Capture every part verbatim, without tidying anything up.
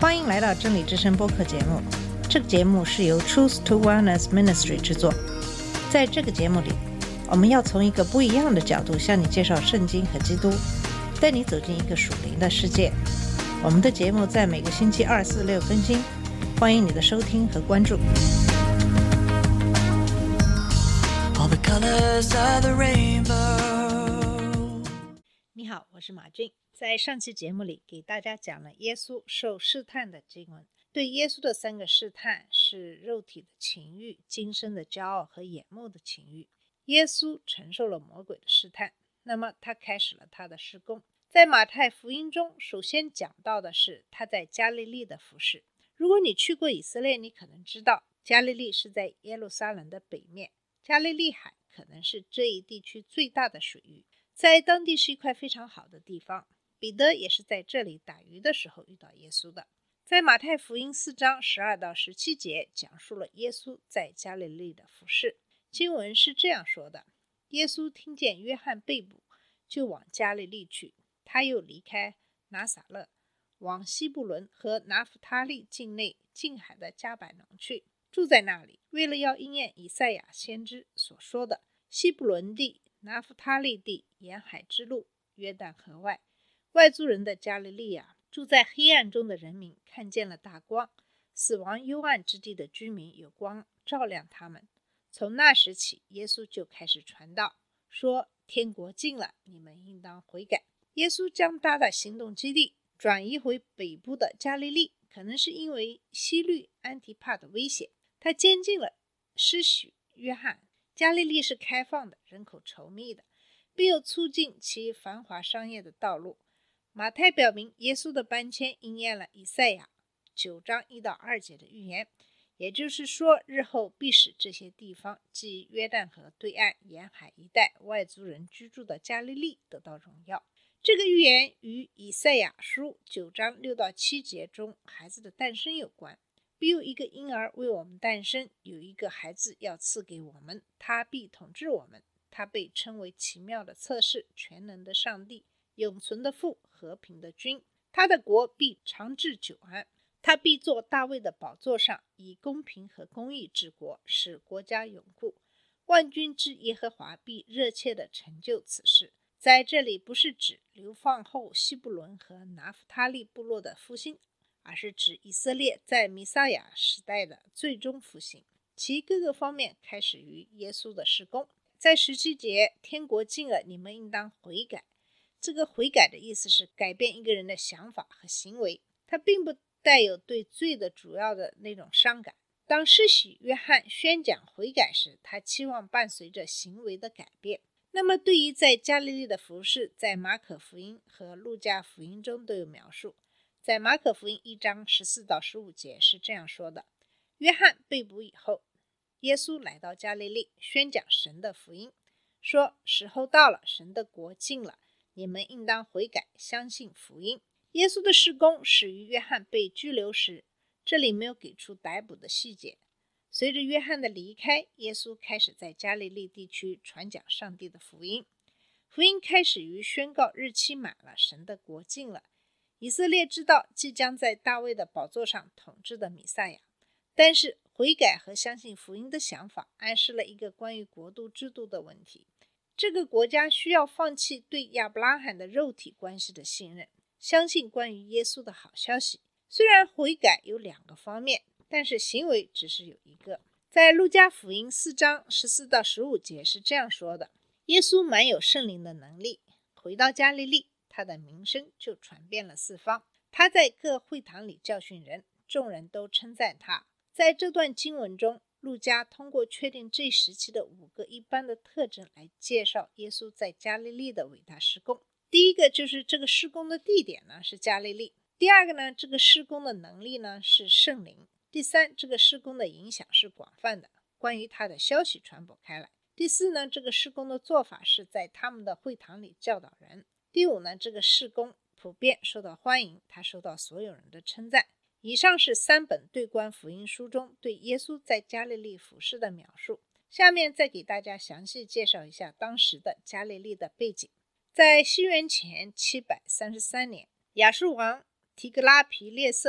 欢迎来到真理之声播客节目。这个节目是由 Truth to Wellness Ministry 制作。在这个节目里，我们要从一个不一样的角度向你介绍圣经和基督，带你走进一个属灵的世界。我们的节目在每个星期二、四、六更新，欢迎你的收听和关注。All the colors of the rainbow。 你好，我是马俊。在上期节目里给大家讲了耶稣受试探的经文。对耶稣的三个试探是肉体的情欲、今生的骄傲和眼目的情欲。耶稣承受了魔鬼的试探，那么他开始了他的事工。在马太福音中，首先讲到的是他在加利利的服事。如果你去过以色列，你可能知道加利利是在耶路撒冷的北面，加利利海可能是这一地区最大的水域，在当地是一块非常好的地方。彼得也是在这里打鱼的时候遇到耶稣的。在马太福音四章十二到十七节讲述了耶稣在加利利的服事。经文是这样说的：耶稣听见约翰被捕，就往加利利去。他又离开拿撒勒，往西布伦和拿弗他利境内近海的迦百农去，住在那里。为了要应验以赛亚先知所说的，西布伦地、拿弗他利地、沿海之路、约旦河外，外族人的加利利亚，住在黑暗中的人民看见了大光，死亡幽暗之地的居民有光照亮他们。从那时起，耶稣就开始传道，说天国近了，你们应当悔改。耶稣将他的行动基地转移回北部的加利利，可能是因为希律安提帕的威胁。他监禁了施洗约翰。加利利是开放的，人口稠密的，并有促进其繁华商业的道路。马太表明耶稣的搬迁应验了以赛亚九章一到二节的预言，也就是说日后必使这些地方，即约旦河对岸沿海一带外族人居住的加利利得到荣耀。这个预言与以赛亚书九章六到七节中孩子的诞生有关。必有一个婴儿为我们诞生，有一个孩子要赐给我们，他必统治我们。他被称为奇妙的策士，全能的上帝，永存的父，和平的君。他的国必长治久安，他必坐大卫的宝座上，以公平和公义治国，使国家永固。万军之耶和华必热切地成就此事。在这里不是指流放后西布伦和拿弗他利部落的复兴，而是指以色列在弥撒亚时代的最终复兴，其各个方面开始于耶稣的事工。在十七节，天国近了，你们应当悔改。这个悔改的意思是改变一个人的想法和行为，它并不带有对罪的主要的那种伤感。当施洗约翰宣讲悔改时，他期望伴随着行为的改变。那么对于在加利利的服事，在马可福音和路加福音中都有描述。在马可福音一章十四到十五节是这样说的：约翰被捕以后，耶稣来到加利利，宣讲神的福音，说时候到了，神的国近了，你们应当悔改，相信福音。耶稣的事工始于约翰被拘留时，这里没有给出逮捕的细节。随着约翰的离开，耶稣开始在加利利地区传讲上帝的福音。福音开始于宣告日期满了，神的国近了。以色列知道即将在大卫的宝座上统治的弥赛亚，但是悔改和相信福音的想法暗示了一个关于国度制度的问题。这个国家需要放弃对亚伯拉罕的肉体关系的信任，相信关于耶稣的好消息。虽然悔改有两个方面，但是行为只是有一个。在路加福音四章十四到十五节是这样说的：耶稣满有圣灵的能力，回到加利利，他的名声就传遍了四方。他在各会堂里教训人，众人都称赞他。在这段经文中，路加通过确定这时期的五个一般的特征来介绍耶稣在加利利的伟大事工。第一个就是这个事工的地点呢是加利利。第二个呢，这个事工的能力呢是圣灵。第三，这个事工的影响是广泛的，关于他的消息传播开来。第四呢，这个事工的做法是在他们的会堂里教导人。第五呢，这个事工普遍受到欢迎，他受到所有人的称赞。以上是三本对观福音书中对耶稣在加利利服事的描述。下面再给大家详细介绍一下当时的加利利的背景。在西元前七百三十三年，亚述王提格拉皮列色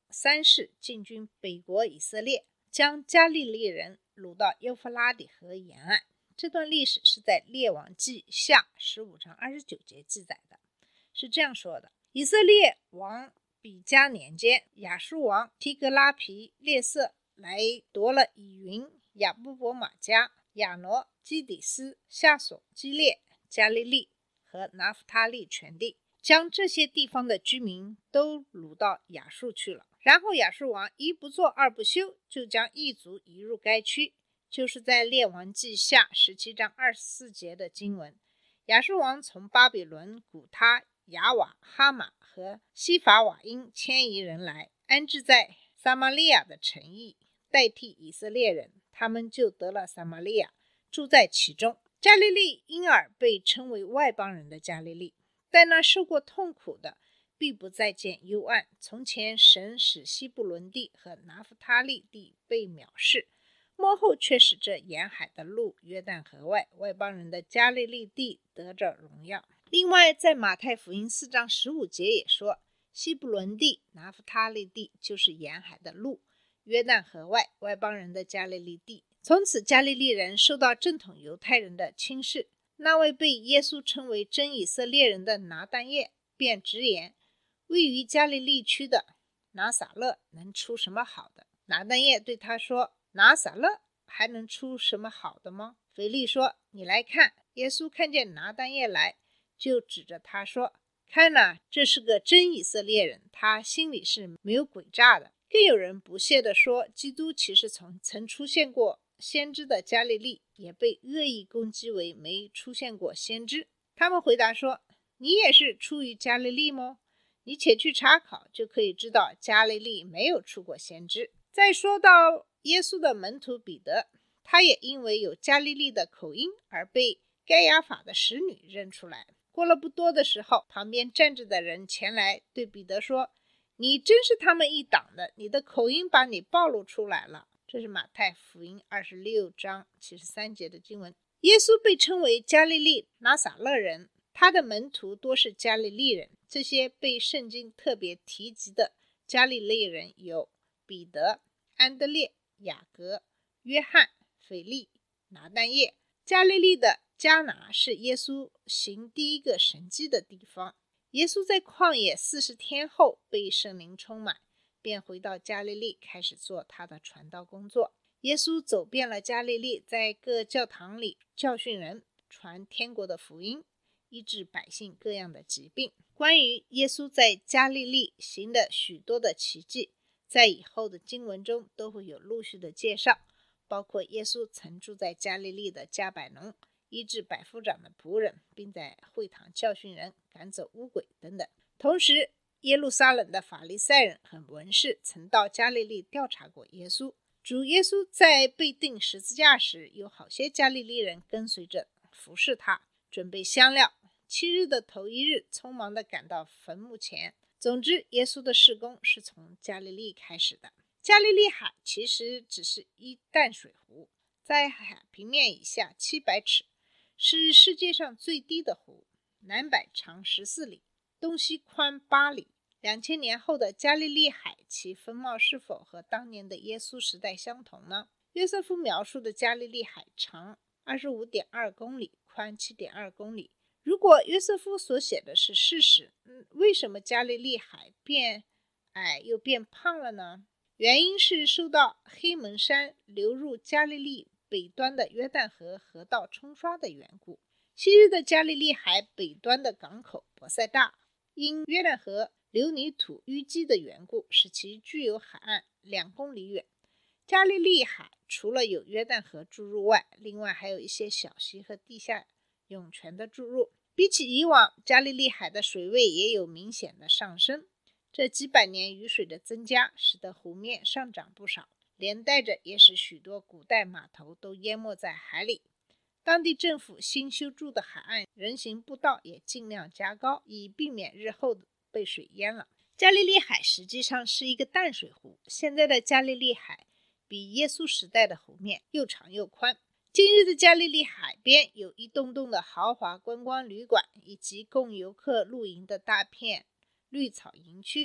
三世进军北国以色列，将加利利人掳到幼发拉底河沿岸。这段历史是在列王记下十五章二十九节记载的，是这样说的：以色列王比加年间，亚述王提格拉皮列色来夺了以云、亚布伯马加、亚挪、基底斯、夏索、基列、加利利和拿弗他利全地，将这些地方的居民都掳到亚述去了。然后亚述王一不做二不休，就将异族移入该区，就是在列王记下十七章二十四节的经文。亚述王从巴比伦、古他、雅瓦、哈马和西法瓦因迁移人来，安置在撒玛利亚的城邑，代替以色列人，他们就得了撒玛利亚，住在其中。加利利因而被称为外邦人的加利利，在那受过痛苦的必不再见幽暗。从前神使西布伦地和拿弗他利地被藐视，末后却使这沿海的路约旦河外外邦人的加利利地得着荣耀。另外在马太福音四章十五节也说，西布伦地、拿弗他利地就是沿海的路，约旦河外外邦人的加利利地。从此加利利人受到正统犹太人的轻视。那位被耶稣称为真以色列人的拿但业便直言，位于加利利区的拿撒勒能出什么好的？拿但业对他说，拿撒勒还能出什么好的吗？腓力说，你来看。耶稣看见拿但业来，就指着他说，看哪，这是个真以色列人，他心里是没有诡诈的。更有人不屑地说，基督其实从曾出现过先知的加利利，也被恶意攻击为没出现过先知。他们回答说，你也是出于加利利吗？你且去查考，就可以知道加利利没有出过先知。再说到耶稣的门徒彼得，他也因为有加利利的口音而被该亚法的使女认出来。过了不多的时候，旁边站着的人前来对彼得说，你真是他们一党的，你的口音把你暴露出来了。这是马太福音二十六章七十三节的经文。耶稣被称为加利利拿撒勒人，他的门徒多是加利利人。这些被圣经特别提及的加利利人有彼得、安德烈、雅各、约翰、腓力、拿但业。加利利的迦拿是耶稣行第一个神迹的地方。耶稣在旷野四十天后被圣灵充满，便回到加利利开始做他的传道工作。耶稣走遍了加利利，在各教堂里教训人，传天国的福音，医治百姓各样的疾病。关于耶稣在加利利行的许多的奇迹，在以后的经文中都会有陆续的介绍，包括耶稣曾住在加利利的加百农，医治百夫长的仆人，并在会堂教训人，赶走污鬼等等。同时耶路撒冷的法利赛人和文士曾到加利利调查过耶稣。主耶稣在被钉十字架时，有好些加利利人跟随着服侍他，准备香料。七日的头一日，匆忙地赶到坟墓前。总之，耶稣的事工是从加利利开始的。加利利海其实只是一淡水湖，在海平面以下七百尺，是世界上最低的湖，南北长十四里，东西宽八里。两千年后的加利利海，其风貌是否和当年的耶稣时代相同呢？约瑟夫描述的加利利海长 二十五点二公里，宽 七点二公里。如果约瑟夫所写的是事实，嗯，为什么加利利海变矮又变胖了呢？原因是受到黑门山流入加利利北端的约旦河河道冲刷的缘故。昔日的加利利海北端的港口伯赛大，因约旦河流泥土淤积的缘故，使其具有海岸两公里远。加利利海除了有约旦河注入外，另外还有一些小溪和地下涌泉的注入。比起以往，加利利海的水位也有明显的上升。这几百年雨水的增加，使得湖面上涨不少，连带着也使许多古代码头都淹没在海里。当地政府新修筑的海岸人行步道也尽量加高，以避免日后被水淹了。加利利海实际上是一个淡水湖，现在的加利利海比耶稣时代的湖面又长又宽。今日的加利利海边有一栋栋的豪华观光旅馆，以及供游客露营的大片绿草营区。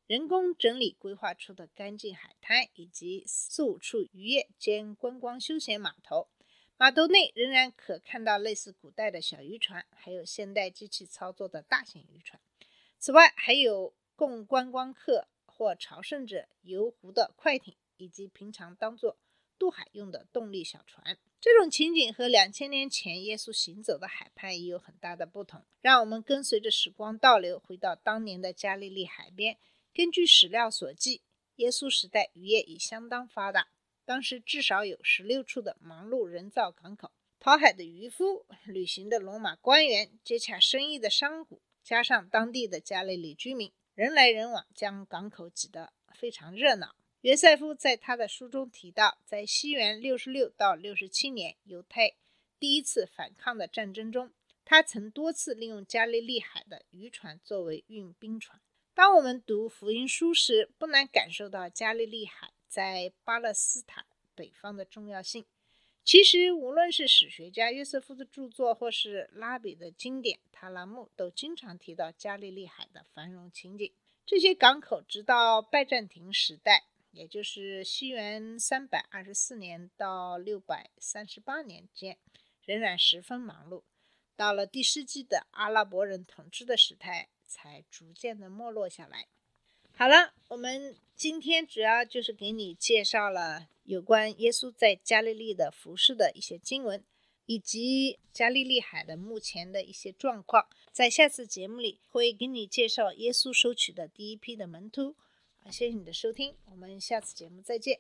人工整理规划出的干净海滩，以及四五处渔业兼观光休闲码头。码头内仍然可看到类似古代的小渔船，还有现代机器操作的大型渔船。此外，还有供观光客或朝圣者游湖的快艇，以及平常当作渡海用的动力小船。这种情景和两千年前耶稣行走的海畔也有很大的不同。让我们跟随着时光倒流，回到当年的加利利海边。根据史料所记，耶稣时代渔业已相当发达，当时至少有十六处的忙碌人造港口。讨海的渔夫、旅行的罗马官员、接洽生意的商贾，加上当地的加利利居民，人来人往，将港口挤得非常热闹。约瑟夫在他的书中提到，在西元六十六到六十七年犹太第一次反抗的战争中，他曾多次利用加利利海的渔船作为运兵船。当我们读福音书时，不难感受到加利利海在巴勒斯坦北方的重要性。其实无论是史学家约瑟夫的著作，或是拉比的经典塔拉木，都经常提到加利利海的繁荣情景。这些港口直到拜占庭时代，也就是西元三百二十四年到六百三十八年间，仍然十分忙碌。到了第世纪的阿拉伯人统治的时代，才逐渐的没落下来。好了，我们今天主要就是给你介绍了有关耶稣在加利利的服事的一些经文，以及加利利海的目前的一些状况。在下次节目里会给你介绍耶稣收取的第一批的门徒。谢谢你的收听，我们下次节目再见。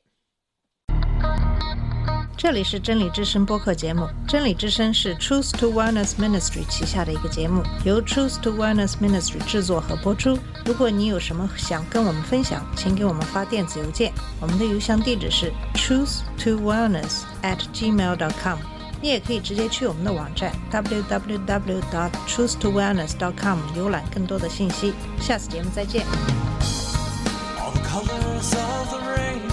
这里是真理之声播客节目，真理之声是 Truth to Wellness Ministry 旗下的一个节目，由 Truth to Wellness Ministry 制作和播出。如果你有什么想跟我们分享，请给我们发电子邮件，我们的邮箱地址是 truth to wellness at gmail dot com。 你也可以直接去我们的网站 double-u double-u double-u dot truth to wellness dot com 浏览更多的信息。下次节目再见。All the colors of the rain